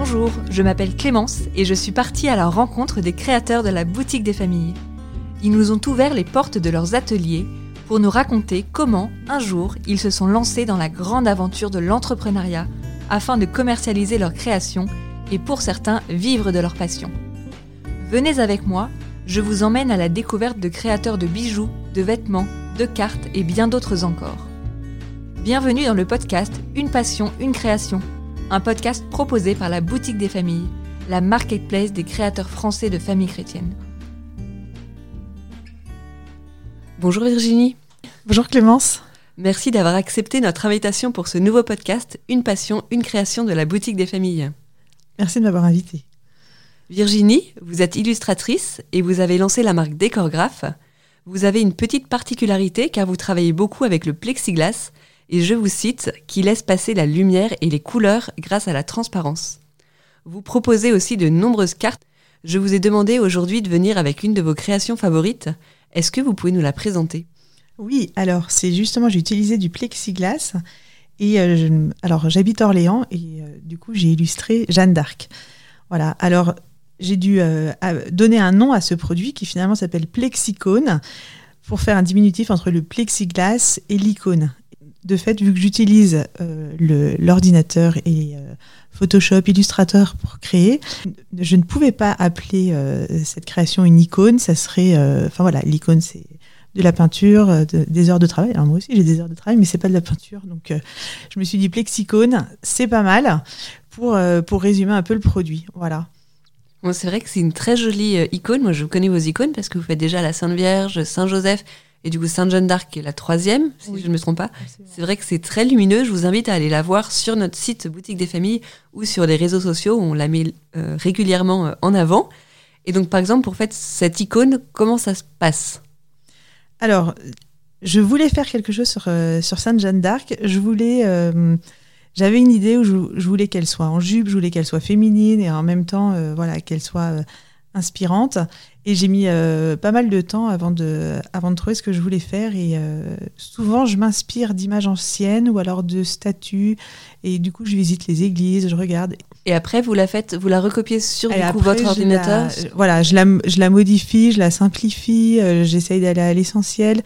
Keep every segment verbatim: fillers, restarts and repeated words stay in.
Bonjour, je m'appelle Clémence et je suis partie à la rencontre des créateurs de la boutique des familles. Ils nous ont ouvert les portes de leurs ateliers pour nous raconter comment, un jour, ils se sont lancés dans la grande aventure de l'entrepreneuriat afin de commercialiser leurs créations et pour certains, vivre de leur passion. Venez avec moi, je vous emmène à la découverte de créateurs de bijoux, de vêtements, de cartes et bien d'autres encore. Bienvenue dans le podcast Une passion, une création, un podcast proposé par la Boutique des Familles, la marketplace des créateurs français de familles chrétiennes. Bonjour Virginie. Bonjour Clémence. Merci d'avoir accepté notre invitation pour ce nouveau podcast Une passion, une création de la Boutique des Familles. Merci de m'avoir invitée. Virginie, vous êtes illustratrice et vous avez lancé la marque Décorgraphe. Vous avez une petite particularité car vous travaillez beaucoup avec le plexiglas et je vous cite, qui laisse passer la lumière et les couleurs grâce à la transparence. Vous proposez aussi de nombreuses cartes. Je vous ai demandé aujourd'hui de venir avec une de vos créations favorites. Est-ce que vous pouvez nous la présenter ? Oui, alors c'est justement, j'ai utilisé du plexiglas et euh, je, alors j'habite Orléans et euh, du coup j'ai illustré Jeanne d'Arc. Voilà, alors j'ai dû euh, donner un nom à ce produit qui finalement s'appelle Plexicone pour faire un diminutif entre le plexiglas et l'icône. De fait, vu que j'utilise euh, le, l'ordinateur et euh, Photoshop, Illustrator pour créer, je ne pouvais pas appeler euh, cette création une icône. Ça serait, euh, enfin voilà, l'icône c'est de la peinture, de, des heures de travail. Alors moi aussi j'ai des heures de travail, mais c'est pas de la peinture. Donc euh, je me suis dit Plexicone, c'est pas mal pour euh, pour résumer un peu le produit. Voilà. Bon, c'est vrai que c'est une très jolie euh, icône. Moi, je connais vos icônes parce que vous faites déjà la Sainte Vierge, Saint Joseph. Et du coup, Sainte Jeanne d'Arc est la troisième, si oui. je ne me trompe pas. C'est, c'est vrai que c'est très lumineux. Je vous invite à aller la voir sur notre site Boutique des Familles ou sur les réseaux sociaux où on la met euh, régulièrement euh, en avant. Et donc, par exemple, pour faire cette icône, comment ça se passe ? Alors, je voulais faire quelque chose sur, euh, sur Sainte Jeanne d'Arc. Je voulais, euh, j'avais une idée où je, je voulais qu'elle soit en jupe, je voulais qu'elle soit féminine et en même temps, euh, voilà, qu'elle soit euh, inspirante. Et j'ai mis euh, pas mal de temps avant de, avant de trouver ce que je voulais faire. Et euh, souvent, je m'inspire d'images anciennes ou alors de statues. Et du coup, je visite les églises, je regarde. Et après, vous la faites, vous la recopiez sur du coup, votre je ordinateur la, je, Voilà, je la, je la modifie, je la simplifie. Euh, j'essaye d'aller à l'essentiel,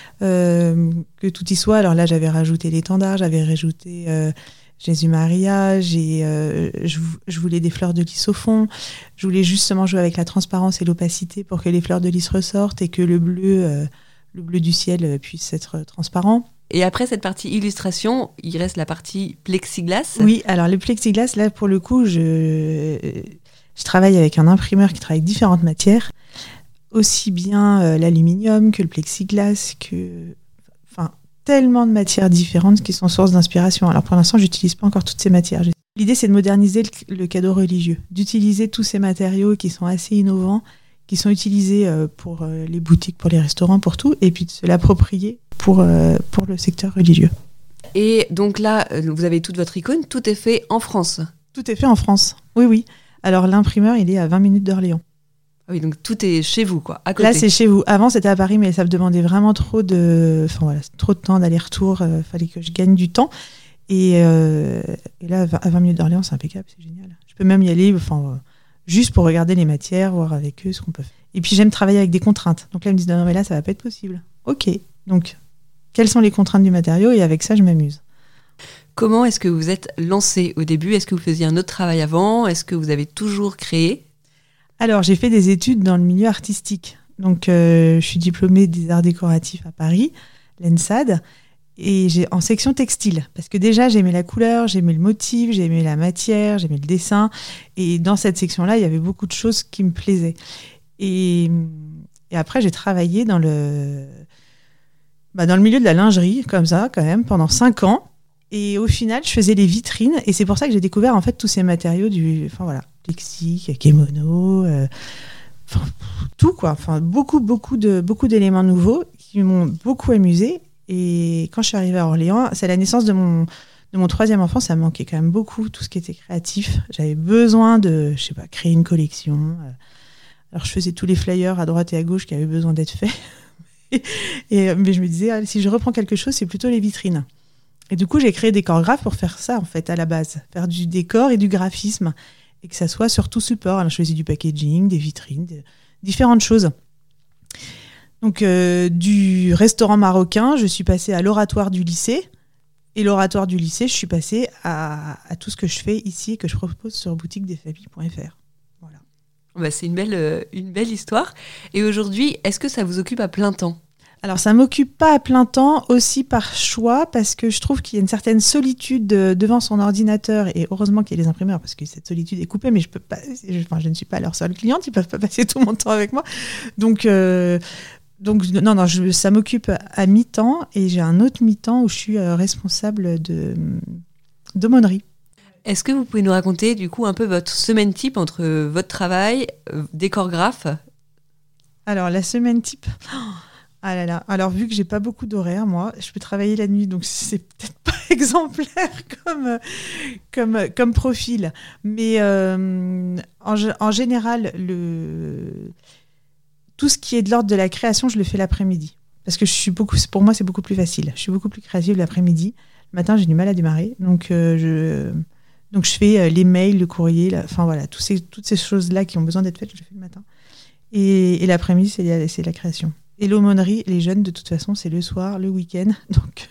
euh, que tout y soit. Alors là, j'avais rajouté l'étendard, j'avais rajouté... Euh, Jésus-Maria, j'ai, euh, je, je voulais des fleurs de lys au fond, je voulais justement jouer avec la transparence et l'opacité pour que les fleurs de lys ressortent et que le bleu, euh, le bleu du ciel puisse être transparent. Et après cette partie illustration, il reste la partie plexiglas. Oui, alors les plexiglas, là pour le coup, je, je travaille avec un imprimeur qui travaille avec différentes matières, aussi bien euh, l'aluminium que le plexiglas, que... Enfin, tellement de matières différentes qui sont source d'inspiration. Alors pour l'instant, j'utilise pas encore toutes ces matières. L'idée, c'est de moderniser le, le cadeau religieux, d'utiliser tous ces matériaux qui sont assez innovants, qui sont utilisés euh, pour euh, les boutiques, pour les restaurants, pour tout, et puis de se l'approprier pour, euh, pour le secteur religieux. Et donc là, vous avez toute votre icône, tout est fait en France. Tout est fait en France, oui, oui. Alors l'imprimeur, il est à vingt minutes d'Orléans. Ah oui, donc tout est chez vous, quoi, à côté. Là, c'est chez vous. Avant, c'était à Paris, mais ça me demandait vraiment trop de, enfin voilà, trop de temps d'aller-retour. Il euh, fallait que je gagne du temps. Et, euh, et là, à vingt minutes d'Orléans, c'est impeccable, c'est génial. Je peux même y aller, enfin, euh, juste pour regarder les matières, voir avec eux ce qu'on peut faire. Et puis, j'aime travailler avec des contraintes. Donc là, ils me disent non, mais là, ça va pas être possible. Ok. Donc, quelles sont les contraintes du matériau ? Et avec ça, je m'amuse. Comment est-ce que vous êtes lancé au début ? Est-ce que vous faisiez un autre travail avant ? Est-ce que vous avez toujours créé ? Alors, j'ai fait des études dans le milieu artistique. Donc, euh, je suis diplômée des arts décoratifs à Paris, l'ENSAD, et j'ai en section textile. Parce que déjà, j'aimais la couleur, j'aimais le motif, j'aimais la matière, j'aimais le dessin. Et dans cette section-là, il y avait beaucoup de choses qui me plaisaient. Et, et après, j'ai travaillé dans le, bah, dans le milieu de la lingerie, comme ça, quand même, pendant cinq ans. Et au final, je faisais les vitrines. Et c'est pour ça que j'ai découvert, en fait, tous ces matériaux du... Enfin, voilà. Lexique, kimono, euh, enfin, tout quoi. Enfin, beaucoup, beaucoup, de, beaucoup d'éléments nouveaux qui m'ont beaucoup amusée. Et quand je suis arrivée à Orléans, c'est la naissance de mon, de mon troisième enfant, ça me manquait quand même beaucoup, tout ce qui était créatif. J'avais besoin de, je sais pas, créer une collection. Alors, je faisais tous les flyers à droite et à gauche qui avaient besoin d'être faits. et, mais je me disais, ah, si je reprends quelque chose, c'est plutôt les vitrines. Et du coup, j'ai créé Décorgraphe pour faire ça, en fait, à la base. Faire du décor et du graphisme. et que ça soit sur tout support. Alors, je faisais du packaging, des vitrines, des, différentes choses. Donc, euh, du restaurant marocain, je suis passée à l'oratoire du lycée. Et l'oratoire du lycée, je suis passée à, à tout ce que je fais ici et que je propose sur boutique des familles point f r. Voilà. Bah, c'est une belle, euh, une belle histoire. Et aujourd'hui, est-ce que ça vous occupe à plein temps ? Alors, ça ne m'occupe pas à plein temps, aussi par choix, parce que je trouve qu'il y a une certaine solitude devant son ordinateur, et heureusement qu'il y a les imprimeurs, parce que cette solitude est coupée, mais je peux pas, je, enfin, je ne suis pas leur seule cliente, ils ne peuvent pas passer tout mon temps avec moi. Donc, euh, donc non, non, je, ça m'occupe à mi-temps, et j'ai un autre mi-temps où je suis euh, responsable de, d'aumônerie. Est-ce que vous pouvez nous raconter, du coup, un peu votre semaine type entre votre travail, euh, décorgraphe ? Alors, la semaine type... Oh, ah là là. Alors, vu que j'ai pas beaucoup d'horaires, moi, je peux travailler la nuit, donc c'est peut-être pas exemplaire comme, comme, comme profil. Mais euh, en, en général, le... tout ce qui est de l'ordre de la création, je le fais l'après-midi. Parce que je suis beaucoup, pour moi, c'est beaucoup plus facile. Je suis beaucoup plus créative l'après-midi. Le matin, j'ai du mal à démarrer. Donc, euh, je, donc je fais euh, les mails, le courrier, la... enfin voilà, tous ces, toutes ces choses-là qui ont besoin d'être faites, je le fais le matin. Et, et l'après-midi, c'est la, c'est la création. Et l'aumônerie, les jeunes, de toute façon, c'est le soir, le week-end. Donc,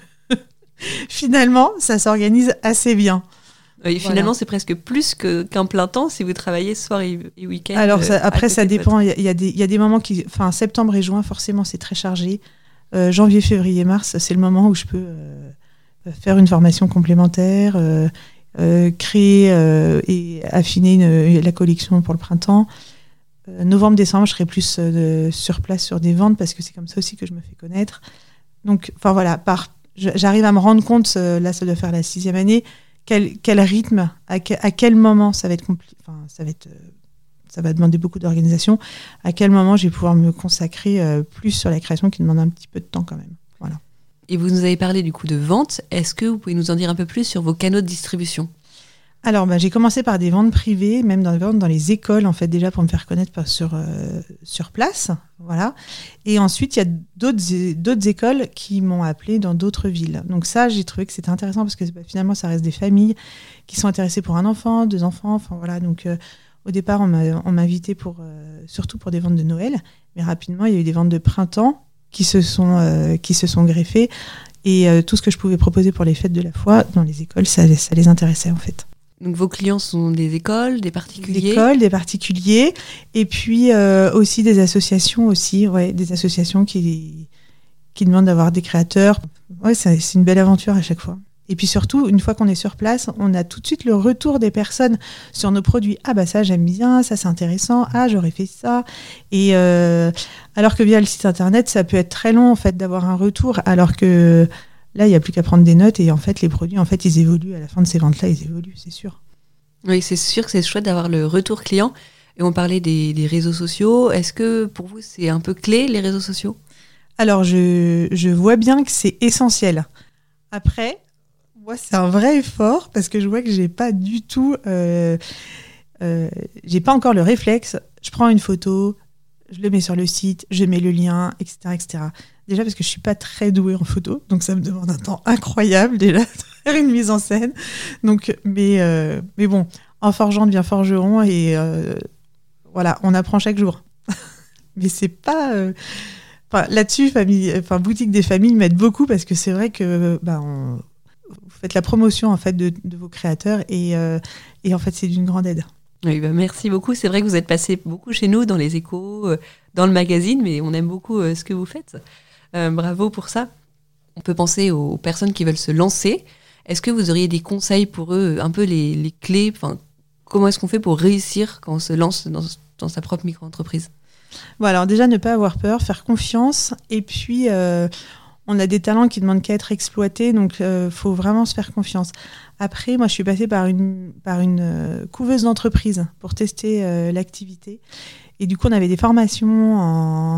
finalement, ça s'organise assez bien. Oui, finalement, voilà. C'est presque plus que, qu'un plein temps si vous travaillez soir et, et week-end. Alors, ça, après, ça dépend. Il y, y, y a des moments qui... Enfin, septembre et juin, forcément, c'est très chargé. Euh, janvier, février, mars, c'est le moment où je peux euh, faire une formation complémentaire, euh, euh, créer euh, et affiner une, la collection pour le printemps. Euh, novembre, décembre, je serai plus euh, sur place sur des ventes parce que c'est comme ça aussi que je me fais connaître. Donc, enfin voilà, par, j'arrive à me rendre compte, euh, là, ça doit faire la sixième année, quel, quel rythme, à, que, à quel moment ça va être compli- enfin, ça va être, euh, ça va demander beaucoup d'organisation, à quel moment je vais pouvoir me consacrer euh, plus sur la création qui demande un petit peu de temps quand même. Voilà. Et vous nous avez parlé du coup de vente. Est-ce que vous pouvez nous en dire un peu plus sur vos canaux de distribution ? Alors, bah, j'ai commencé par des ventes privées, même dans les ventes dans les écoles, en fait, déjà pour me faire connaître sur, euh, sur place. Voilà. Et ensuite, il y a d'autres, d'autres écoles qui m'ont appelée dans d'autres villes. Donc ça, j'ai trouvé que c'était intéressant parce que bah, finalement, ça reste des familles qui sont intéressées pour un enfant, deux enfants. Enfin, voilà. Donc, euh, au départ, on m'a, on m'a invité pour, euh, surtout pour des ventes de Noël. Mais rapidement, il y a eu des ventes de printemps qui se sont, euh, qui se sont greffées. Et euh, tout ce que je pouvais proposer pour les fêtes de la foi dans les écoles, ça, ça les intéressait en fait. Donc vos clients sont des écoles, des particuliers ? Des écoles, des particuliers, et puis euh, aussi des associations aussi, ouais, des associations qui, qui demandent d'avoir des créateurs. Ouais, c'est, c'est une belle aventure à chaque fois. Et puis surtout, une fois qu'on est sur place, on a tout de suite le retour des personnes sur nos produits. Ah bah ça j'aime bien, ça c'est intéressant, ah j'aurais fait ça. Et euh, alors que via le site internet, ça peut être très long en fait d'avoir un retour, alors que là, il n'y a plus qu'à prendre des notes et en fait, les produits, en fait, ils évoluent. À la fin de ces ventes-là, ils évoluent, c'est sûr. Oui, c'est sûr que c'est chouette d'avoir le retour client. Et on parlait des, des réseaux sociaux. Est-ce que pour vous, c'est un peu clé, les réseaux sociaux ? Alors, je, je vois bien que c'est essentiel. Après, moi, c'est un vrai effort parce que je vois que je n'ai pas du tout... Euh, euh, j'ai pas encore le réflexe. Je prends une photo, je le mets sur le site, je mets le lien, et cetera, et cetera. Déjà parce que je suis pas très douée en photo, donc ça me demande un temps incroyable déjà de faire une mise en scène. Donc, mais, euh, mais bon, en forgeant devient forgeron et euh, voilà, on apprend chaque jour. Mais c'est pas... Euh, enfin, là-dessus, famille, enfin, boutique des familles m'aide beaucoup parce que c'est vrai que bah, on, vous faites la promotion en fait, de, de vos créateurs et, euh, et en fait, c'est d'une grande aide. Oui, bah merci beaucoup. C'est vrai que vous êtes passé beaucoup chez nous, dans les échos, euh, dans le magazine, mais on aime beaucoup euh, ce que vous faites. Euh, bravo pour ça. On peut penser aux personnes qui veulent se lancer. Est-ce que vous auriez des conseils pour eux, un peu les, les clés, enfin, comment est-ce qu'on fait pour réussir quand on se lance dans, dans sa propre micro-entreprise ? Bon, alors déjà, ne pas avoir peur, faire confiance. Et puis, euh, on a des talents qui ne demandent qu'à être exploités, donc il euh, faut vraiment se faire confiance. Après, moi, je suis passée par une, par une euh, couveuse d'entreprise pour tester euh, l'activité. Et du coup, on avait des formations en...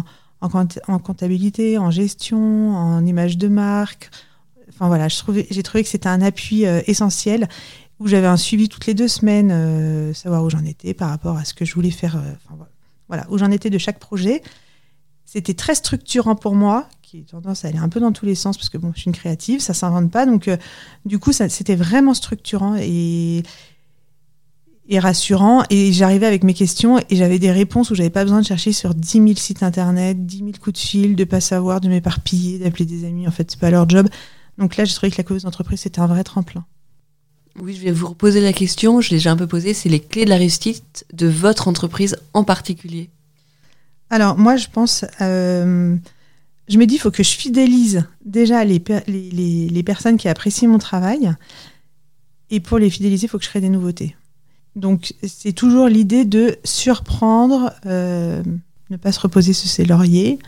en comptabilité, en gestion, en image de marque. Enfin voilà, je trouvais, j'ai trouvé que c'était un appui euh, essentiel où j'avais un suivi toutes les deux semaines, euh, savoir où j'en étais par rapport à ce que je voulais faire, euh, enfin, voilà, où j'en étais de chaque projet. C'était très structurant pour moi, qui a tendance à aller un peu dans tous les sens parce que bon, je suis une créative, ça s'invente pas. Donc euh, du coup, ça, c'était vraiment structurant et et rassurant. Et j'arrivais avec mes questions et j'avais des réponses où j'avais pas besoin de chercher sur dix mille sites internet, dix mille coups de fil, de pas savoir, de m'éparpiller, d'appeler des amis. En fait, c'est pas leur job. Donc là, j'ai trouvé que la cause d'entreprise, c'était un vrai tremplin. Oui, je vais vous reposer la question, je l'ai déjà un peu posée, c'est les clés de la réussite de votre entreprise en particulier. Alors, moi, je pense... Euh, je me dis, il faut que je fidélise déjà les, per- les, les, les personnes qui apprécient mon travail. Et pour les fidéliser, il faut que je crée des nouveautés. Donc, c'est toujours l'idée de surprendre, euh, ne pas se reposer sur ses lauriers.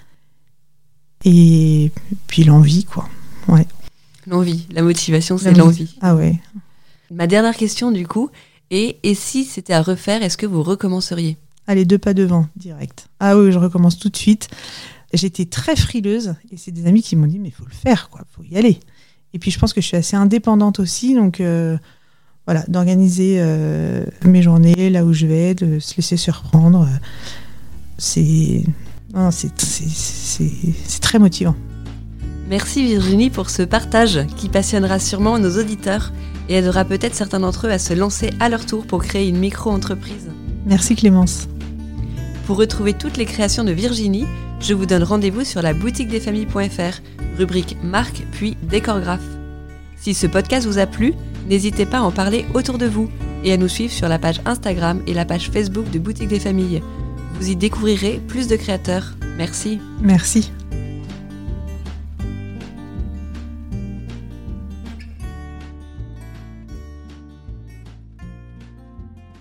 Et puis l'envie, quoi. Ouais. L'envie, la motivation, c'est l'envie. l'envie. Ah ouais. Ma dernière question, du coup, est et si c'était à refaire, est-ce que vous recommenceriez ? Allez, deux pas devant, direct. Ah oui, je recommence tout de suite. J'étais très frileuse et c'est des amis qui m'ont dit mais il faut le faire, quoi, faut y aller. Et puis je pense que je suis assez indépendante aussi, donc euh, voilà, d'organiser euh, mes journées là où je vais, de se laisser surprendre, euh, c'est... Non, c'est, c'est, c'est, c'est très motivant. Merci Virginie pour ce partage qui passionnera sûrement nos auditeurs et aidera peut-être certains d'entre eux à se lancer à leur tour pour créer une micro-entreprise. Merci Clémence. Pour retrouver toutes les créations de Virginie, je vous donne rendez-vous sur la boutique des familles point f r, rubrique marque puis décorgraphe. Si ce podcast vous a plu, n'hésitez pas à en parler autour de vous et à nous suivre sur la page Instagram et la page Facebook de Boutique des Familles. Vous y découvrirez plus de créateurs. Merci. Merci.